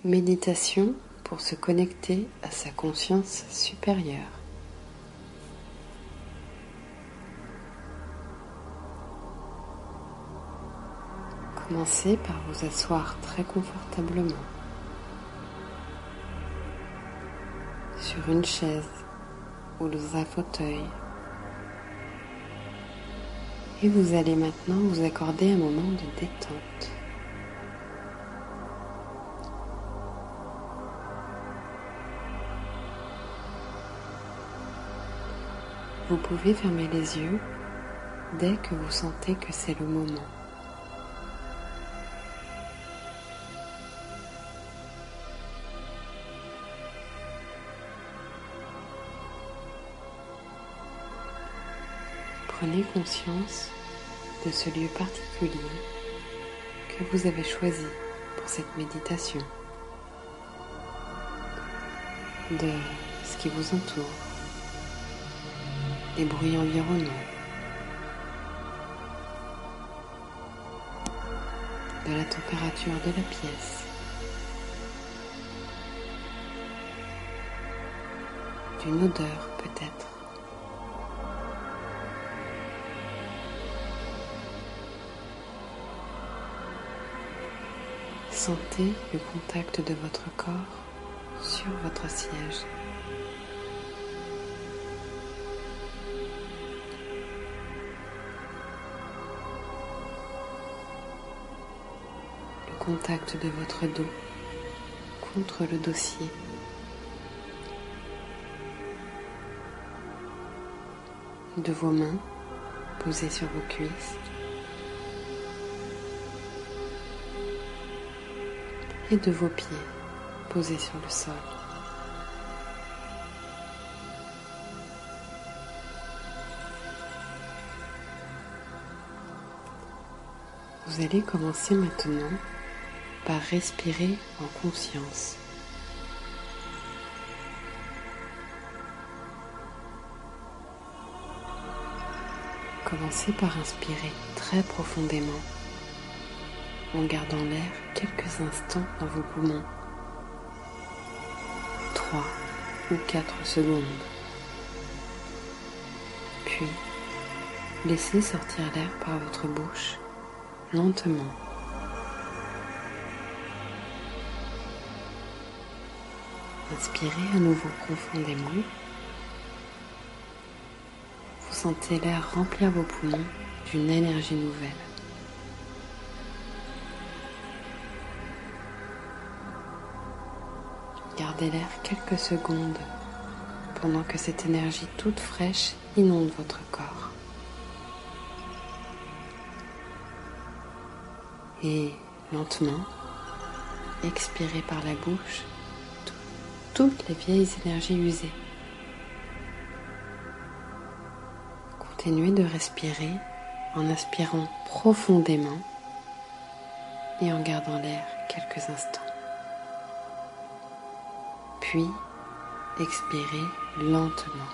Méditation pour se connecter à sa conscience supérieure. Commencez par vous asseoir très confortablement sur une chaise ou dans un fauteuil. Et vous allez maintenant vous accorder un moment de détente. Vous pouvez fermer les yeux dès que vous sentez que c'est le moment. Prenez conscience de ce lieu particulier que vous avez choisi pour cette méditation, de ce qui vous entoure, des bruits environnants, de la température de la pièce, d'une odeur peut-être. Sentez le contact de votre corps sur votre siège. Le contact de votre dos contre le dossier. De vos mains posées sur vos cuisses. Et de vos pieds posés sur le sol. Vous allez commencer maintenant par respirer en conscience. Commencez par inspirer très profondément en gardant l'air quelques instants dans vos poumons. 3 ou 4 secondes. Puis, laissez sortir l'air par votre bouche lentement. Inspirez à nouveau profondément. Vous sentez l'air remplir vos poumons d'une énergie nouvelle. Gardez l'air quelques secondes pendant que cette énergie toute fraîche inonde votre corps. Et lentement, expirez par la bouche toutes les vieilles énergies usées. Continuez de respirer en inspirant profondément et en gardant l'air quelques instants. Puis, expirez lentement.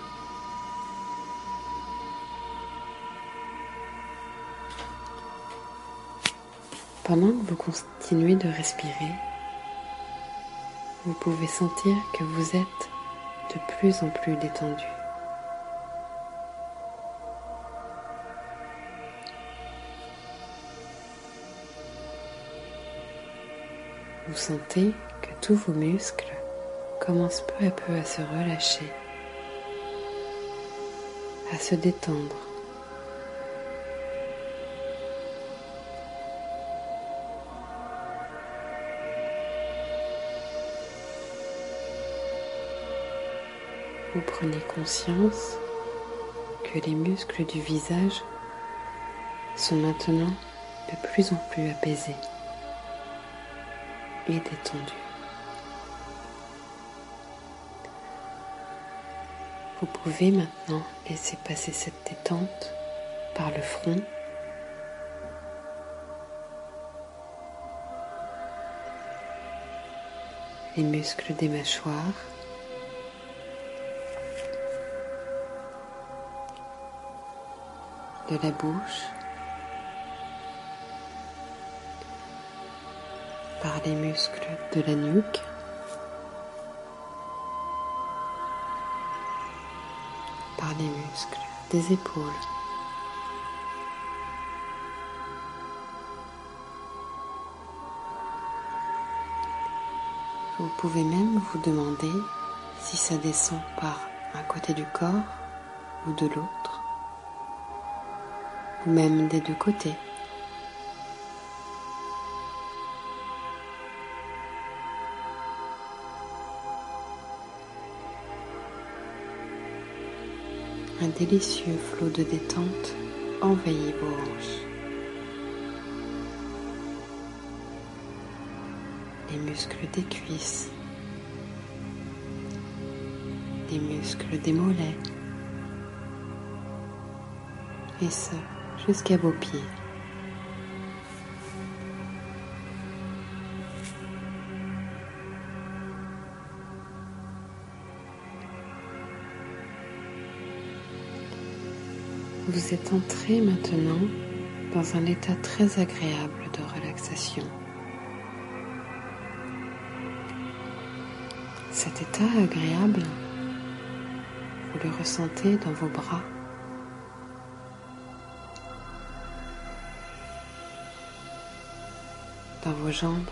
Pendant que vous continuez de respirer, vous pouvez sentir que vous êtes de plus en plus détendu. Vous sentez que tous vos muscles commencent peu à peu à se relâcher, à se détendre. Vous prenez conscience que les muscles du visage sont maintenant de plus en plus apaisés et détendus. Vous pouvez maintenant laisser passer cette détente par le front, les muscles des mâchoires, de la bouche, par les muscles de la nuque, par les muscles des épaules. Vous pouvez même vous demander si ça descend par un côté du corps ou de l'autre, ou même des deux côtés. Un délicieux flot de détente envahit vos hanches. Les muscles des cuisses, les muscles des mollets, et ce, jusqu'à vos pieds. Vous êtes entré maintenant dans un état très agréable de relaxation. Cet état agréable, vous le ressentez dans vos bras, dans vos jambes,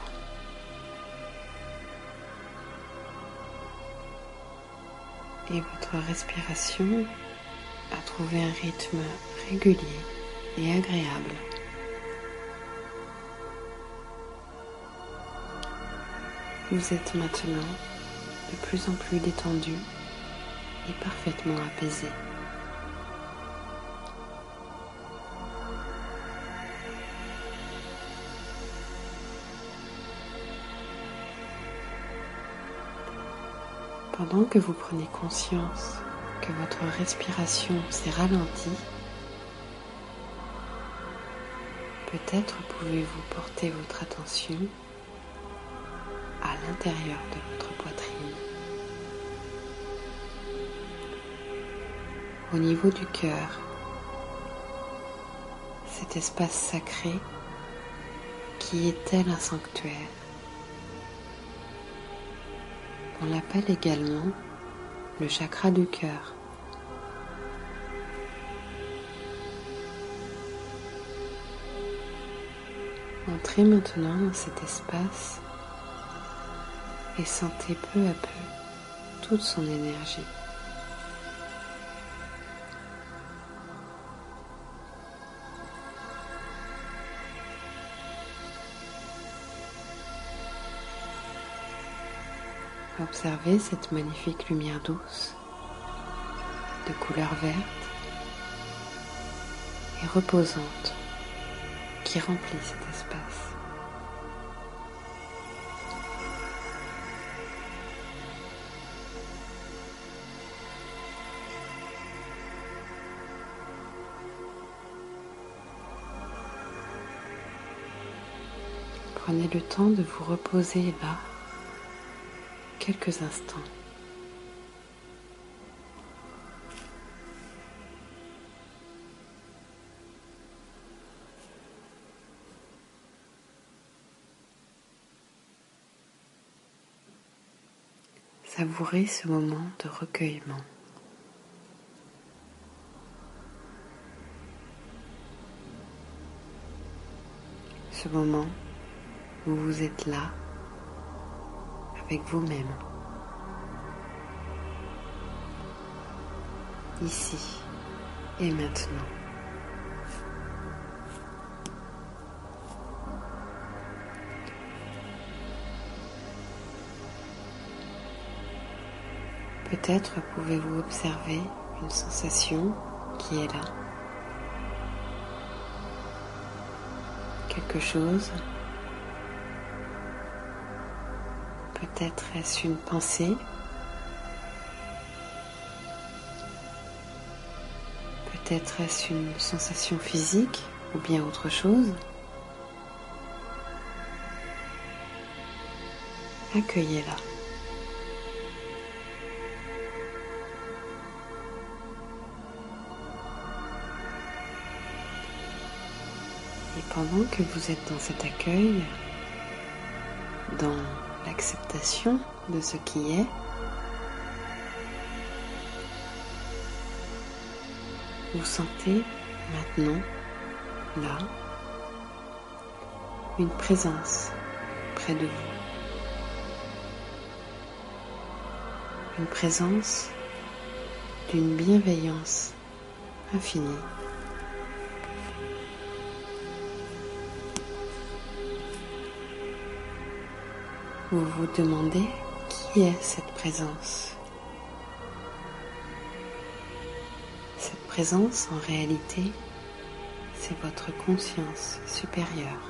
et votre respiration a trouvé un rythme régulier et agréable. Vous êtes maintenant de plus en plus détendu et parfaitement apaisé. Pendant que vous prenez conscience que votre respiration s'est ralentie, peut-être pouvez-vous porter votre attention à l'intérieur de votre poitrine, au niveau du cœur, cet espace sacré qui est tel un sanctuaire. On l'appelle également le chakra du cœur. Entrez maintenant dans cet espace et sentez peu à peu toute son énergie. Observez cette magnifique lumière douce, de couleur verte et reposante, qui remplit cet espace. Prenez le temps de vous reposer là quelques instants. Savourez ce moment de recueillement. Ce moment où vous êtes là avec vous-même, ici et maintenant. Peut-être pouvez-vous observer une sensation qui est là. Quelque chose. Peut-être est-ce une pensée. Peut-être est-ce une sensation physique ou bien autre chose. Accueillez-la. Et pendant que vous êtes dans cet accueil, dans l'acceptation de ce qui est. Vous sentez maintenant, là, une présence près de vous. Une présence d'une bienveillance infinie. Vous vous demandez qui est cette présence. Cette présence, en réalité, c'est votre conscience supérieure.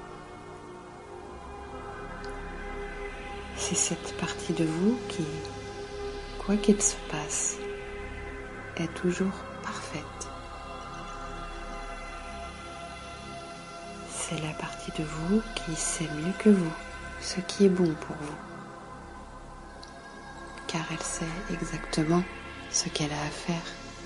C'est cette partie de vous qui, quoi qu'il se passe, est toujours parfaite. C'est la partie de vous qui sait mieux que vous ce qui est bon pour vous, car elle sait exactement ce qu'elle a à faire.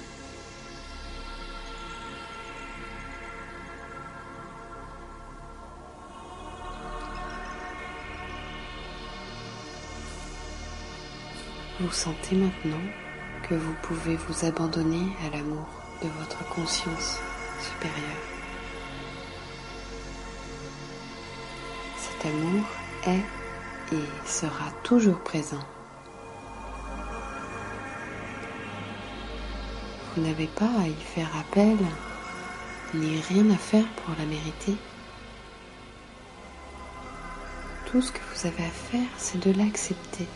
Vous sentez maintenant que vous pouvez vous abandonner à l'amour de votre conscience supérieure. Cet amour est et sera toujours présent. Vous n'avez pas à y faire appel, ni rien à faire pour la mériter. Tout ce que vous avez à faire, c'est de l'accepter.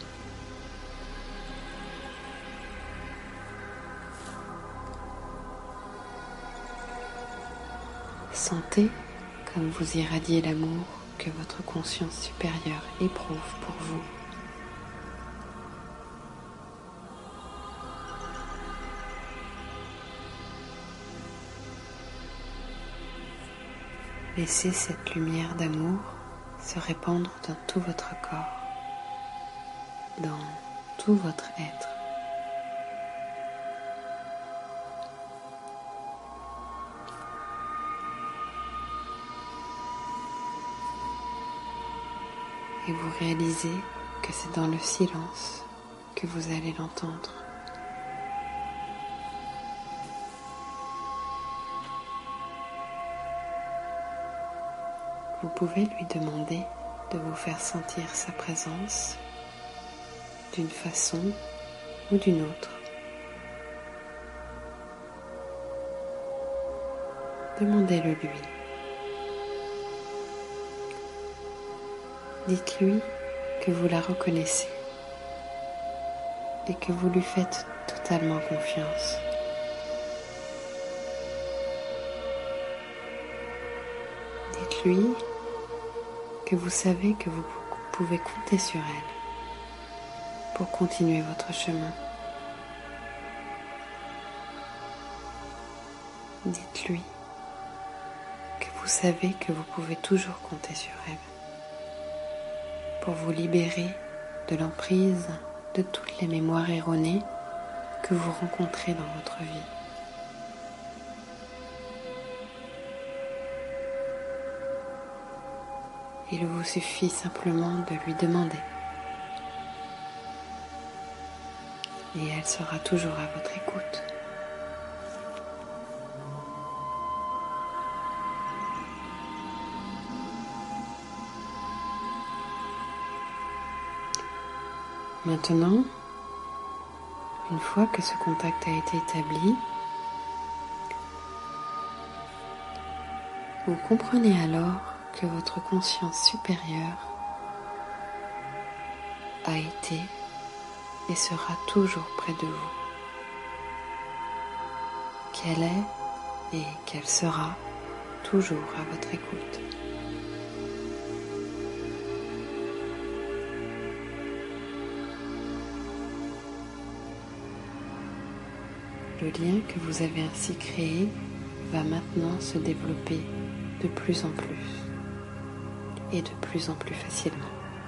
Sentez comme vous irradiez l'amour que votre conscience supérieure éprouve pour vous. Laissez cette lumière d'amour se répandre dans tout votre corps, dans tout votre être. Et vous réalisez que c'est dans le silence que vous allez l'entendre. Vous pouvez lui demander de vous faire sentir sa présence d'une façon ou d'une autre. Demandez-le lui. Dites-lui que vous la reconnaissez et que vous lui faites totalement confiance. Dites-lui que vous savez que vous pouvez compter sur elle pour continuer votre chemin. Dites-lui que vous savez que vous pouvez toujours compter sur elle pour vous libérer de l'emprise de toutes les mémoires erronées que vous rencontrez dans votre vie. Il vous suffit simplement de lui demander et elle sera toujours à votre écoute. Maintenant, une fois que ce contact a été établi, vous comprenez alors que votre conscience supérieure a été et sera toujours près de vous, qu'elle est et qu'elle sera toujours à votre écoute. Le lien que vous avez ainsi créé va maintenant se développer de plus en plus et de plus en plus facilement.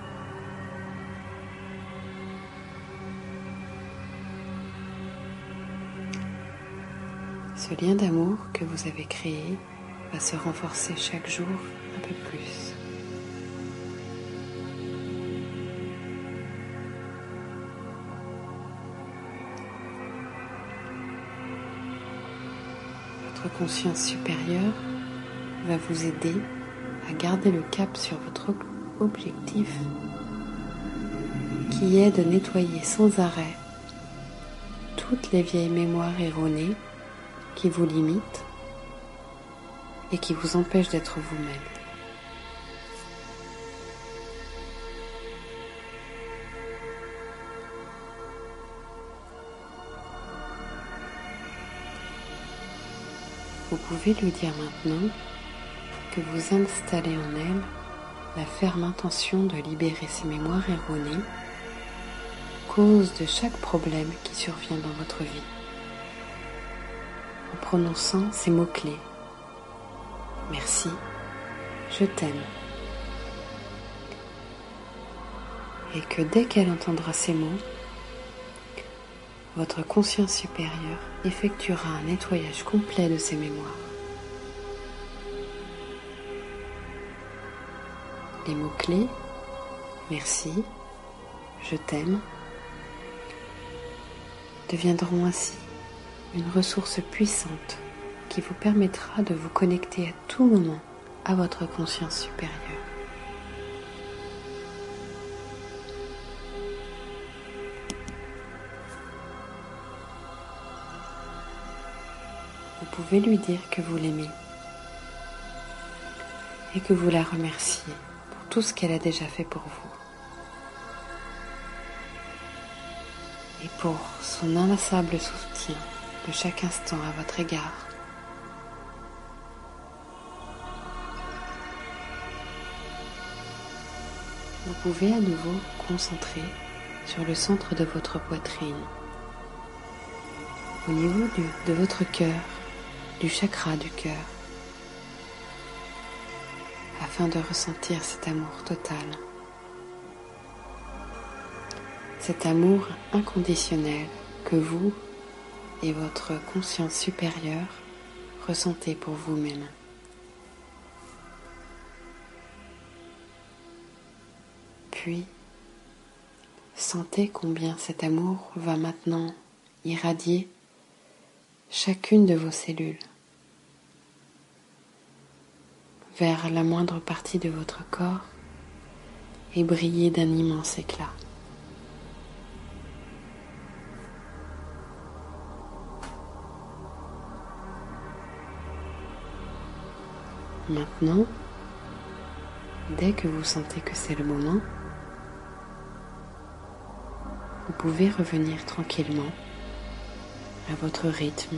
Ce lien d'amour que vous avez créé va se renforcer chaque jour un peu plus. votre conscience supérieure va vous aider à garder le cap sur votre objectif, qui est de nettoyer sans arrêt toutes les vieilles mémoires erronées qui vous limitent et qui vous empêchent d'être vous-même. Vous pouvez lui dire maintenant que vous installez en elle la ferme intention de libérer ces mémoires erronées, cause de chaque problème qui survient dans votre vie, en prononçant ces mots-clés. Merci, je t'aime. Et que dès qu'elle entendra ces mots, votre conscience supérieure effectuera un nettoyage complet de ces mémoires. Les mots-clés, merci, je t'aime, deviendront ainsi une ressource puissante qui vous permettra de vous connecter à tout moment à votre conscience supérieure. Vous pouvez lui dire que vous l'aimez et que vous la remerciez pour tout ce qu'elle a déjà fait pour vous et pour son inlassable soutien de chaque instant à votre égard. Vous pouvez à nouveau vous concentrer sur le centre de votre poitrine, au niveau de votre cœur, du chakra du cœur, afin de ressentir cet amour total, cet amour inconditionnel que vous et votre conscience supérieure ressentez pour vous-même. Puis, sentez combien cet amour va maintenant irradier chacune de vos cellules vers la moindre partie de votre corps et briller d'un immense éclat. Maintenant, dès que vous sentez que c'est le moment, vous pouvez revenir tranquillement à votre rythme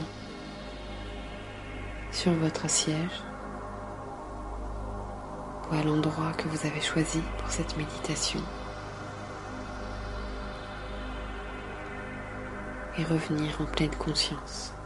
sur votre siège ou à l'endroit que vous avez choisi pour cette méditation et revenir en pleine conscience.